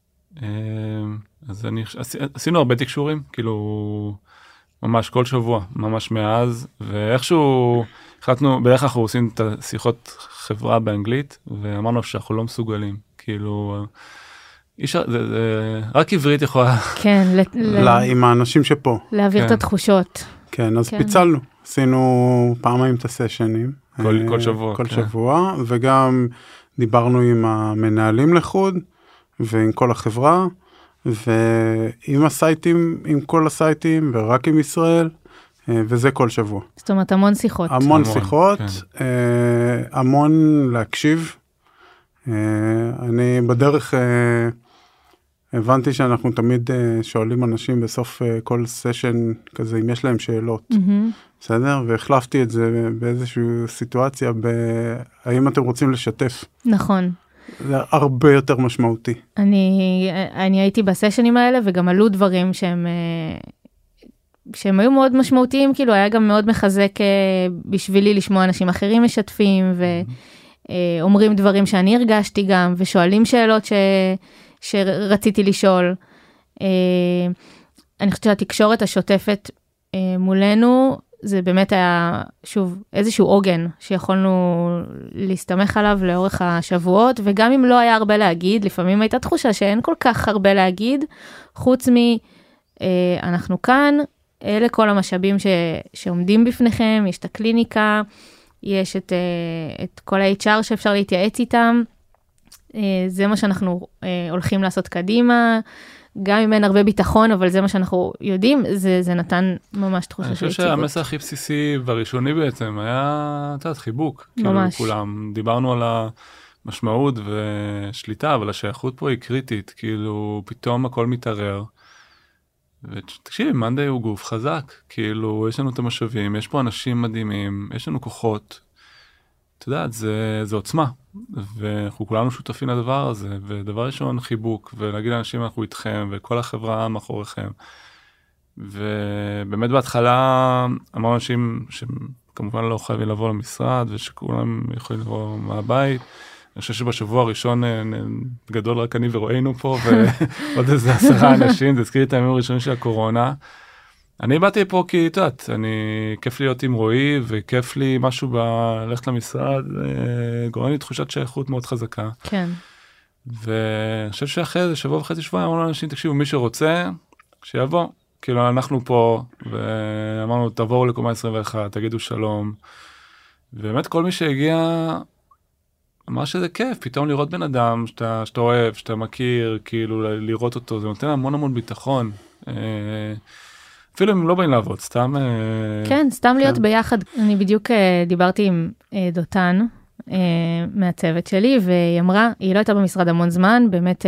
אז אני, עשינו הרבה תקשורים, כאילו, ממש כל שבוע, ממש מאז, ואיכשהו החלטנו, בערך אנחנו עושים את השיחות חברה באנגלית, ואמרנו שאנחנו לא מסוגלים, כאילו, איש, זה, זה, רק עברית יכולה... כן, ל, ל, עם האנשים שפה. להעביר כן. את התחושות. כן, אז כן. פיצלנו, עשינו פעמיים את הסשנים. כל, כל שבוע. כל כן. שבוע, וגם דיברנו עם המנהלים לחוד, ועם כל החברה, ועם הסייטים, עם כל הסייטים, ורק עם ישראל, וזה כל שבוע. זאת אומרת, המון שיחות. המון, המון שיחות, כן. המון להקשיב. אני בדרך הבנתי שאנחנו תמיד שואלים אנשים בסוף כל סשן כזה, אם יש להם שאלות. Mm-hmm. בסדר? והחלפתי את זה באיזושהי סיטואציה, האם אתם רוצים לשתף? נכון. זה הרבה יותר משמעותי. אני, אני הייתי בסשנים האלה, וגם עלו דברים שהם, שהם היו מאוד משמעותיים, כאילו היה גם מאוד מחזק בשבילי לשמוע אנשים אחרים משתפים, ואומרים דברים שאני הרגשתי גם, ושואלים שאלות ש, שרציתי לשאול. אני חושבת שהתקשורת השוטפת מולנו, זה באמת היה, שוב, איזשהו עוגן שיכולנו להסתמך עליו לאורך השבועות, וגם אם לא היה הרבה להגיד, לפעמים הייתה תחושה שאין כל כך הרבה להגיד, חוץ מ, אה, אנחנו כאן, אלה כל המשאבים ש, שעומדים בפניכם, יש את הקליניקה, יש את, את כל ה-אייץ' אר שאפשר להתייעץ איתם, זה מה שאנחנו הולכים לעשות קדימה, גם אם אין הרבה ביטחון, אבל זה מה שאנחנו יודעים, זה, זה נתן ממש תחושה של יציבות. אני חושב שהמסר הכי בסיסי והראשוני בעצם היה, אתה יודע, חיבוק. ממש. כאילו כולם, דיברנו על המשמעות ושליטה, אבל השייכות פה היא קריטית, כאילו פתאום הכל מתערער. ותקשיבי, מאנדיי הוא גוף חזק, כאילו יש לנו את המשאבים, יש פה אנשים מדהימים, יש לנו כוחות, אתה יודע, זה, זה עוצמה, ואנחנו כולנו שותפים לדבר הזה, ודבר ראשון חיבוק, ולהגיד לאנשים אנחנו איתכם, וכל החברה מאחוריכם, ובאמת בהתחלה אמרו אנשים שכמובן לא חייבים לבוא למשרד, ושכולם יכולים לבוא מהבית, אני חושב שבשבוע הראשון גדול רק אני ורואינו פה, ועוד איזה עשרה אנשים, זה הזכיר את הימים הראשונים של הקורונה. אני באתי פה כי, את יודעת, אני, כיף לי להיות עם רועי, וכיף לי משהו בלכת למשרד, גורם לי תחושת שייכות מאוד חזקה. כן. ואני חושב שאחרי זה, שבוע וחצי שבוע, אמרנו לאנשים, תקשיבו, מי שרוצה, שיבוא. כאילו, אנחנו פה, ואמרנו, תבואו לקומה עשרים ואחת, תגידו שלום. ובאמת, כל מי שהגיע, אמר שזה כיף, פתאום לראות בן אדם שאתה, שאתה אוהב, שאתה מכיר, כאילו לראות אותו, זה נותן המון המון ביטחון. אפילו אם לא באים לעבוד, סתם... כן, סתם להיות ביחד. אני בדיוק דיברתי עם דותן מהצוות שלי, והיא אמרה, היא לא הייתה במשרד המון זמן, באמת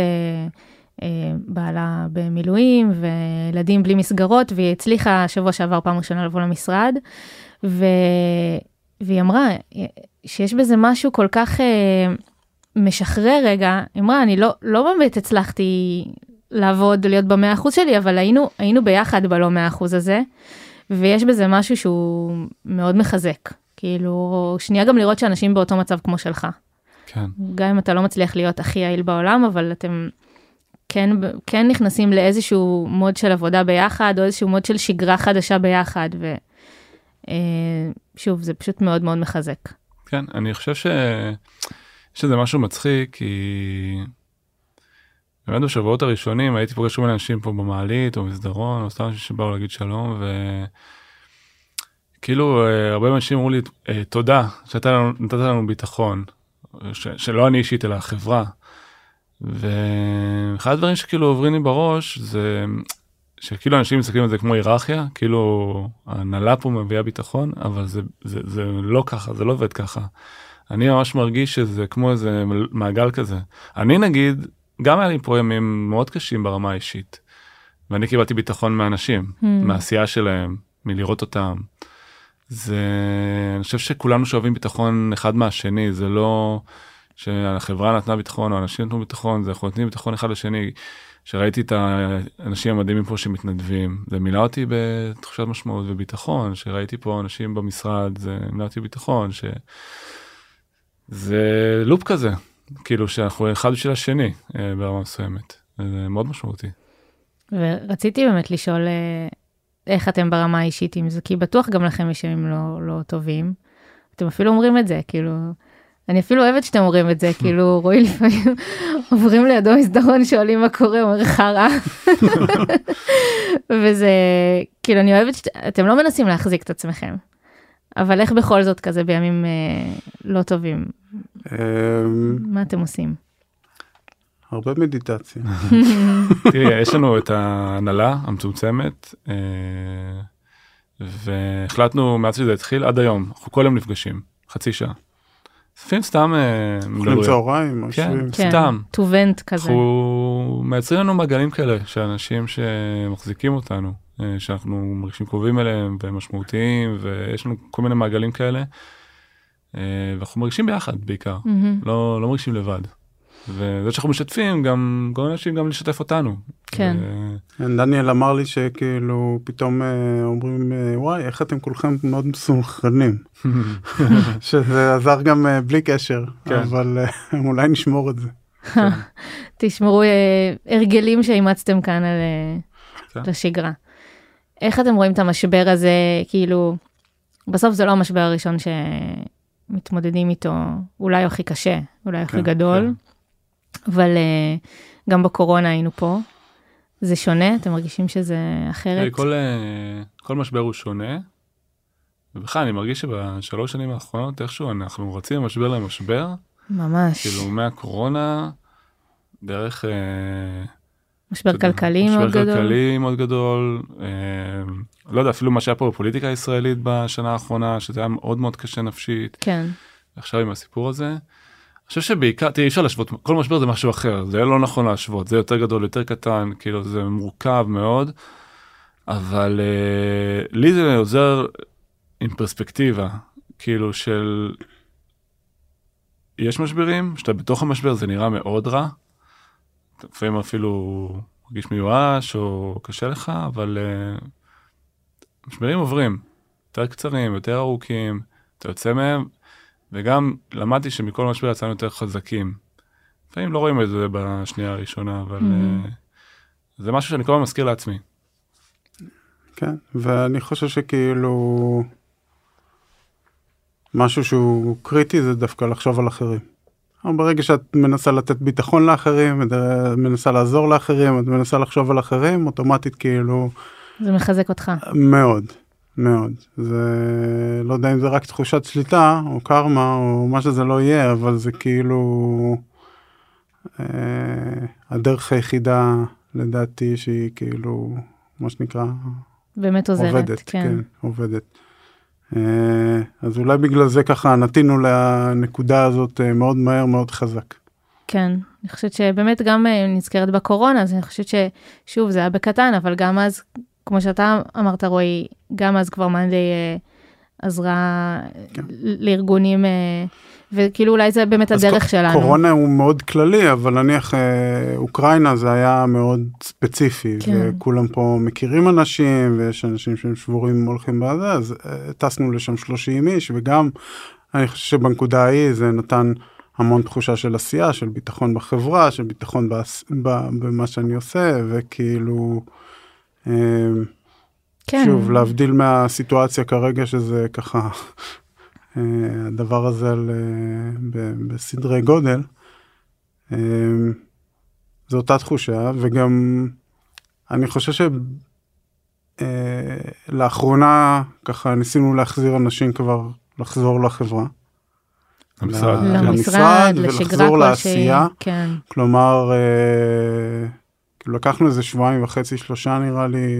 בעלה במילואים, וילדים בלי מסגרות, והיא הצליחה שבוע שעבר פעם ראשונה לבוא למשרד, ו... והיא אמרה שיש בזה משהו כל כך אה, משחרר רגע, היא אמרה, אני לא, לא באמת הצלחתי לעבוד, להיות במאה אחוז שלי, אבל היינו, היינו ביחד בלא מאה אחוז הזה, ויש בזה משהו שהוא מאוד מחזק, כאילו, שנייה גם לראות שאנשים באותו מצב כמו שלך. כן. גם אם אתה לא מצליח להיות הכי יעיל בעולם, אבל אתם כן, כן נכנסים לאיזשהו מוד של עבודה ביחד, או איזשהו מוד של שגרה חדשה ביחד, ו... שוב, זה פשוט מאוד מאוד מחזק. כן, אני חושב ש... שזה משהו מצחיק, כי באמת בשבועות הראשונים הייתי פוגש שום אנשים פה במעלית או מסדרון, או סתם אנשים שבאו להגיד שלום, וכאילו הרבה אנשים אמרו לי, תודה שאתה נתת לנו ביטחון, ש... שלא אני אישית אלא החברה. ואחד הדברים שכאילו עוברים לי בראש זה... שכאילו אנשים מסתכלים על זה כמו היררכיה, כאילו ההנהלה פה מביאה ביטחון, אבל זה, זה, זה לא ככה, זה לא עובד ככה. אני ממש מרגיש שזה כמו איזה מעגל כזה. אני נגיד, גם היה לי פה ימים מאוד קשים ברמה האישית, ואני קיבלתי ביטחון מהאנשים, mm. מהעשייה שלהם, מלראות אותם. זה, אני חושב שכולנו שואבים ביטחון אחד מהשני, זה לא שהחברה נתנה ביטחון, או אנשים נתנו ביטחון, זה אנחנו נותנים ביטחון אחד לשני, שראיתי את האנשים המדהימים פה שמתנדבים, זה מילא אותי בתחושת משמעות וביטחון, שראיתי פה אנשים במשרד, זה מילא אותי ביטחון, שזה לופ כזה, כאילו שאנחנו אחד בשביל השני ברמה מסוימת, זה מאוד משמעותי. ורציתי באמת לשאול איך אתם ברמה האישית עם זה, כי בטוח גם לכם יש ימים לא, לא טובים, אתם אפילו אומרים את זה, כאילו... אני אפילו אוהבת שאתם אומרים את זה, כאילו רואי לפעמים עוברים לידו מסדרון, שואלים מה קורה, אומר חרה. וזה, כאילו אני אוהבת שאתם לא מנסים להחזיק את עצמכם, אבל איך בכל זאת כזה בימים לא טובים? מה אתם עושים? הרבה מדיטציה. תראי, יש לנו את ההנהלה המצומצמת, והחלטנו מאז שזה התחיל עד היום, אנחנו כל יום נפגשים, חצי שעה. לפעמים סתם אוכלים צהריים, כן, סתם. טובנט כזה. אנחנו מייצרים לנו מעגלים כאלה, שאנשים שמחזיקים אותנו, שאנחנו מרגישים קרובים אליהם ומשמעותיים, ויש לנו כל מיני מעגלים כאלה, ואנחנו מרגישים ביחד בעיקר, לא, לא מרגישים לבד. וזה שאנחנו משתפים, גם גורם אנשים גם לשתף אותנו. כן. דניאל אמר לי שכאילו פתאום אומרים, וואי, איך אתם כולכם מאוד מסונכרנים. שזה עזר גם בלי קשר, אבל אולי נשמור את זה. תשמרו הרגלים שאימצתם כאן על השגרה. איך אתם רואים את המשבר הזה, כאילו, בסוף זה לא המשבר הראשון שמתמודדים איתו, אולי הכי קשה, אולי הכי גדול. אבל uh, גם בקורונה היינו פה, זה שונה? אתם מרגישים שזה אחרת? כל, כל משבר הוא שונה, ובכלל אני מרגיש שבשלוש שנים האחרונות איכשהו אנחנו רצים משבר למשבר. ממש. כאילו מהקורונה, דרך... משבר כלכלי מאוד גדול. משבר כלכלי מאוד גדול. לא יודע, אפילו מה שהיה פה בפוליטיקה הישראלית בשנה האחרונה, שזה היה מאוד מאוד קשה נפשית. כן. עכשיו עם הסיפור הזה. אני חושב שבעיקר, תראי, אי אפשר להשוות, כל משבר זה משהו אחר, זה לא נכון להשוות, זה יותר גדול, יותר קטן, כאילו זה מורכב מאוד, אבל uh, לי זה עוזר עם פרספקטיבה, כאילו של, יש משברים, שאתה בתוך המשבר זה נראה מאוד רע, לפעמים אפילו מרגיש מיואש או קשה לך, אבל uh, משברים עוברים, יותר קצרים, יותר ארוכים, אתה יוצא מהם, וגם למדתי שמכל משבר יצאנו יותר חזקים. לפעמים לא רואים את זה בשנייה הראשונה, אבל mm-hmm. uh, זה משהו שאני כל הזמן מזכיר לעצמי. כן, ואני חושב שכאילו משהו שהוא קריטי זה דווקא לחשוב על אחרים. ברגע שאת מנסה לתת ביטחון לאחרים, מנסה לעזור לאחרים, את מנסה לחשוב על אחרים, אוטומטית כאילו... זה מחזק אותך. מאוד. מאוד. זה, לא יודע אם זה רק תחושת שליטה, או קרמה, או מה שזה לא יהיה, אבל זה כאילו, אה, הדרך היחידה, לדעתי, שהיא כאילו, מה שנקרא, באמת עוזרת, עובדת, כן. כן, עובדת. אה, אז אולי בגלל זה ככה, נתינו לנקודה הזאת מאוד מהר, מאוד חזק. כן, אני חושבת שבאמת גם נזכרת בקורונה, אז אני חושבת ששוב, זה היה בקטן, אבל גם אז, כמו שאתה אמרת, רועי, גם אז כבר מאנדי אה, עזרה כן. לארגונים, אה, וכאילו אולי זה באמת הדרך ק- שלנו. קורונה הוא מאוד כללי, אבל נניח אה, אוקראינה זה היה מאוד ספציפי, כן. וכולם פה מכירים אנשים, ויש אנשים שהם שבורים הולכים בזה, אז אה, טסנו לשם שלושים איש, וגם אני חושב שבנקודה ההיא זה נתן המון תחושה של עשייה, של ביטחון בחברה, של ביטחון בס, ב, במה שאני עושה, וכאילו... כן. שוב, להבדיל מהסיטואציה כרגע שזה ככה, הדבר הזה בסדרי גודל, זו אותה תחושה, וגם אני חושב שלאחרונה ככה ניסינו להחזיר אנשים כבר לחזור לחברה. למשרד, למשרד, ולחזור לעשייה. כן. כלומר, לקחנו איזה שבועיים וחצי, שלושה נראה לי,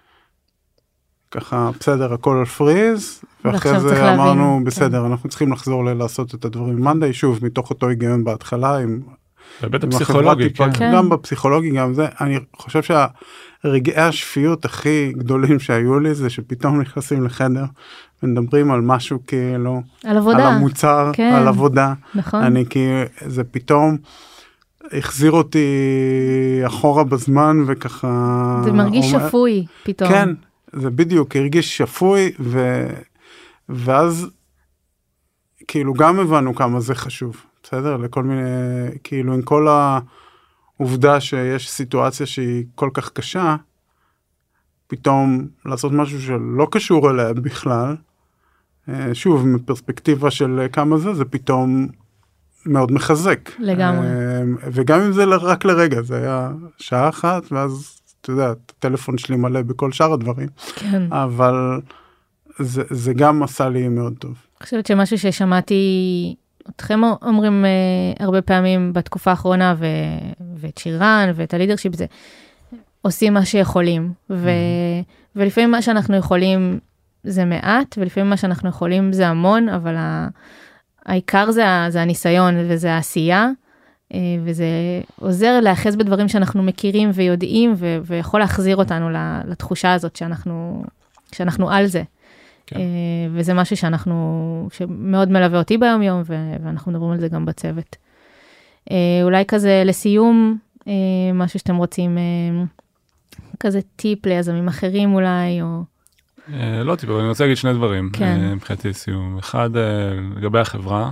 ככה, בסדר, הכל על פריז, ואחרי זה אמרנו, בסדר, אנחנו צריכים לחזור לעשות את הדברים. מנדי, שוב, מתוך אותו היגיון בהתחלה, עם הפסיכולוגי, גם בפסיכולוגי, גם זה, אני חושב שהרגעי השפיות הכי גדולים שהיו לי, זה שפתאום נכנסים לחדר, ומדברים על משהו כאילו, על עבודה, על המוצר, על עבודה. נכון. אני כאילו, זה פתאום, החזיר אותי אחורה בזמן וככה... זה מרגיש אומר, שפוי פתאום. כן, זה בדיוק, הרגיש שפוי, ו... ואז כאילו גם הבנו כמה זה חשוב, בסדר? לכל מיני, כאילו עם כל העובדה שיש סיטואציה שהיא כל כך קשה, פתאום לעשות משהו שלא קשור אליה בכלל, שוב, מפרספקטיבה של כמה זה, זה פתאום... מאוד מחזק. לגמרי. וגם אם זה רק לרגע, זה היה שעה אחת, ואז, אתה יודע, הטלפון שלי מלא בכל שאר הדברים. כן. אבל זה, זה גם עשה לי מאוד טוב. אני חושבת שמשהו ששמעתי אתכם אומרים הרבה פעמים בתקופה האחרונה, ו, ואת שירן ואת הלידרשיפ, זה עושים מה שיכולים. ו, ולפעמים מה שאנחנו יכולים זה מעט, ולפעמים מה שאנחנו יכולים זה המון, אבל ה... העיקר זה, זה הניסיון וזה העשייה, וזה עוזר להאחז בדברים שאנחנו מכירים ויודעים, ו- ויכול להחזיר אותנו לתחושה הזאת שאנחנו, שאנחנו על זה. כן. וזה משהו שאנחנו, שמאוד מלווה אותי ביום יום, ו- ואנחנו מדברים על זה גם בצוות. אולי כזה לסיום, משהו שאתם רוצים, כזה טיפ ליזמים אחרים אולי, או... לא טיפ, אבל אני רוצה להגיד שני דברים, מבחינתי לסיום. אחד, לגבי החברה,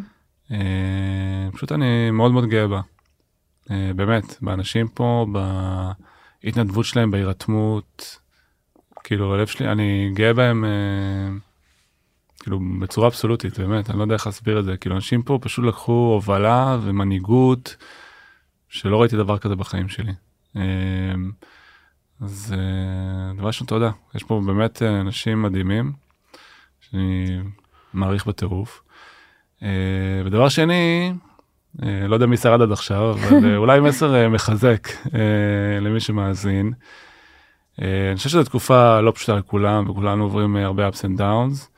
פשוט אני מאוד מאוד גאה בה. באמת, באנשים פה, בהתנדבות שלהם, בהירתמות, כאילו, הלב שלי, אני גאה בהם, כאילו, בצורה אבסולוטית, באמת, אני לא יודע איך להסביר את זה. כאילו, אנשים פה פשוט לקחו הובלה ומנהיגות, שלא ראיתי דבר כזה בחיים שלי. אז דבר ראשון, תודה. יש פה באמת אנשים מדהימים, שאני מעריך בטירוף. ודבר שני, לא יודע מי שרד עד עכשיו, אבל אולי מסר מחזק למי שמאזין. אני חושב שזו תקופה לא פשוטה לכולם, וכולנו עוברים הרבה ups and downs.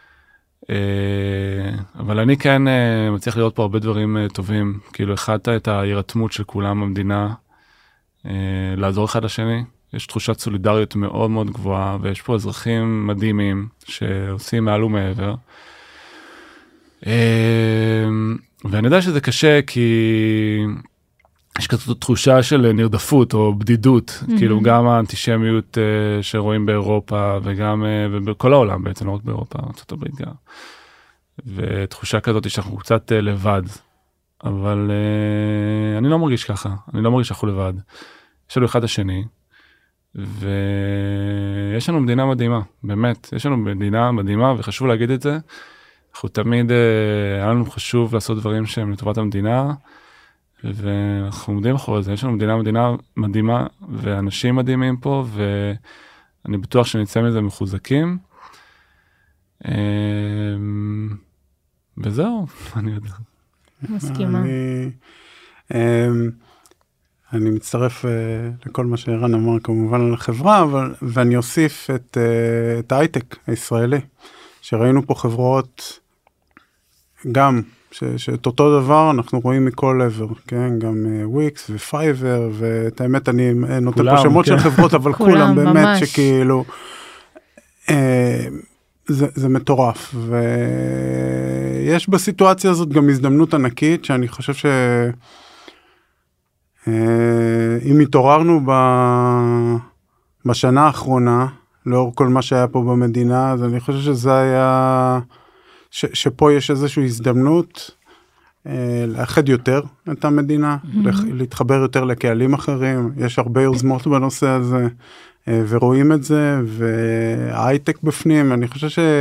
אבל אני כן מצליח לראות פה הרבה דברים טובים. כאילו, החלטת את ההירתמות של כולם במדינה, לעזור אחד לשני. יש תחושת סולידריות מאוד מאוד גבוהה, ויש פה אזרחים מדהימים שעושים מעל ומעבר. ואני יודע שזה קשה, כי יש כזאת תחושה של נרדפות או בדידות, mm-hmm. כאילו גם האנטישמיות uh, שרואים באירופה, וגם uh, בכל העולם בעצם, לא רק באירופה, ארצות הברית גם. ותחושה כזאת שאנחנו קצת uh, לבד, אבל uh, אני לא מרגיש ככה, אני לא מרגיש שאנחנו לבד. יש לנו אחד השני, ויש לנו מדינה מדהימה, באמת, יש לנו מדינה מדהימה, וחשוב להגיד את זה. אנחנו תמיד, היה לנו חשוב לעשות דברים שהם לטובת המדינה, ואנחנו עומדים אחרי זה. יש לנו מדינה, מדינה מדהימה, ואנשים מדהימים פה, ואני בטוח שנצא מזה מחוזקים. וזהו, אני יודע. מסכימה. אני מצטרף לכל מה שערן אמר, כמובן על החברה, אבל, ואני אוסיף את, את ההייטק הישראלי, שראינו פה חברות, גם, ש, שאת אותו דבר אנחנו רואים מכל עבר, כן? גם וויקס ופייבר, ואת האמת אני נותן פה שמות של חברות, אבל כולם באמת שכאילו, אה, זה, זה מטורף, ויש בסיטואציה הזאת גם הזדמנות ענקית, שאני חושב ש... אם התעוררנו בשנה האחרונה, לאור כל מה שהיה פה במדינה, אז אני חושב שזה היה, ש, שפה יש איזושהי הזדמנות לאחד יותר את המדינה, להתחבר יותר לקהלים אחרים, יש הרבה יוזמות בנושא הזה, ורואים את זה, וההייטק בפנים, אני חושב ש...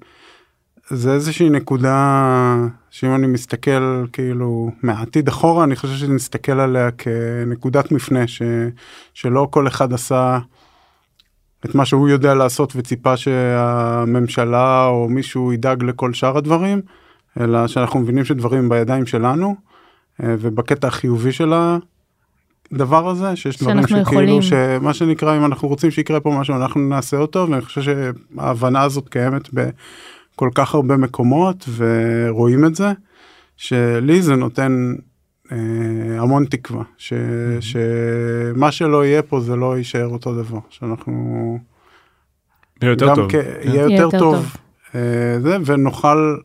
זה איזושהי נקודה, שאם אני מסתכל כאילו מעתיד אחורה, אני חושב שנסתכל עליה כנקודת מפנה, ש, שלא כל אחד עשה את מה שהוא יודע לעשות, וציפה שהממשלה או מישהו ידאג לכל שאר הדברים, אלא שאנחנו מבינים שדברים בידיים שלנו, ובקטע החיובי של הדבר הזה, שיש דברים שכאילו, יכולים. שמה שנקרא, אם אנחנו רוצים שיקרה פה משהו, אנחנו נעשה אותו, ואני חושב שההבנה הזאת קיימת ב... כל כך הרבה מקומות, ורואים את זה, שלי זה נותן אה, המון תקווה, ש, mm-hmm. שמה שלא יהיה פה, זה לא יישאר אותו דבר, שאנחנו... יהיה יותר טוב. כ... יהיה יותר, יותר טוב, טוב. אה, זה, ונוכל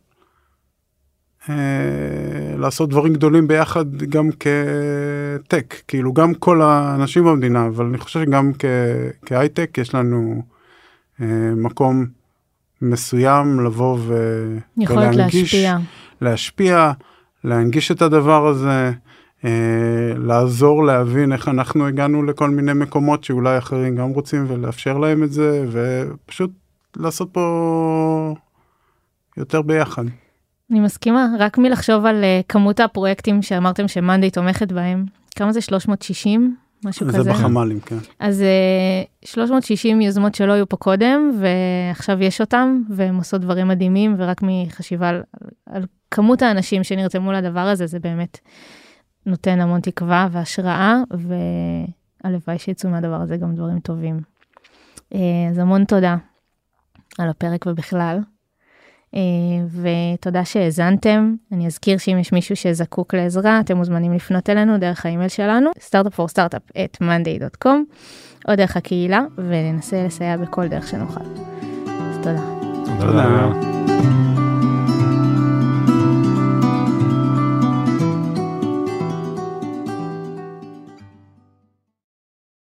אה, לעשות דברים גדולים ביחד, גם כטק, כאילו גם כל האנשים במדינה, אבל אני חושב שגם כ... כהייטק, יש לנו אה, מקום... מסוים לבוא ו... יכולת להשפיע. להשפיע, להנגיש את הדבר הזה, אה, לעזור להבין איך אנחנו הגענו לכל מיני מקומות שאולי אחרים גם רוצים, ולאפשר להם את זה, ופשוט לעשות פה יותר ביחד. אני מסכימה, רק מלחשוב על uh, כמות הפרויקטים שאמרתם שמנדי תומכת בהם, כמה זה שלוש מאות ושישים? משהו זה כזה. זה בחמלים, כן. אז uh, שלוש מאות ושישים יוזמות שלא היו פה קודם, ועכשיו יש אותם, והם עושות דברים מדהימים, ורק מחשיבה על, על כמות האנשים שנרתמו לדבר הזה, זה באמת נותן המון תקווה והשראה, והלוואי שיצאו מהדבר הזה גם דברים טובים. Uh, אז המון תודה על הפרק ובכלל. Uh, ותודה שהאזנתם. אני אזכיר שאם יש מישהו שזקוק לעזרה, אתם מוזמנים לפנות אלינו דרך האימייל שלנו, startup for startup at monday dot com, או דרך הקהילה, וננסה לסייע בכל דרך שנוכל. אז תודה. תודה.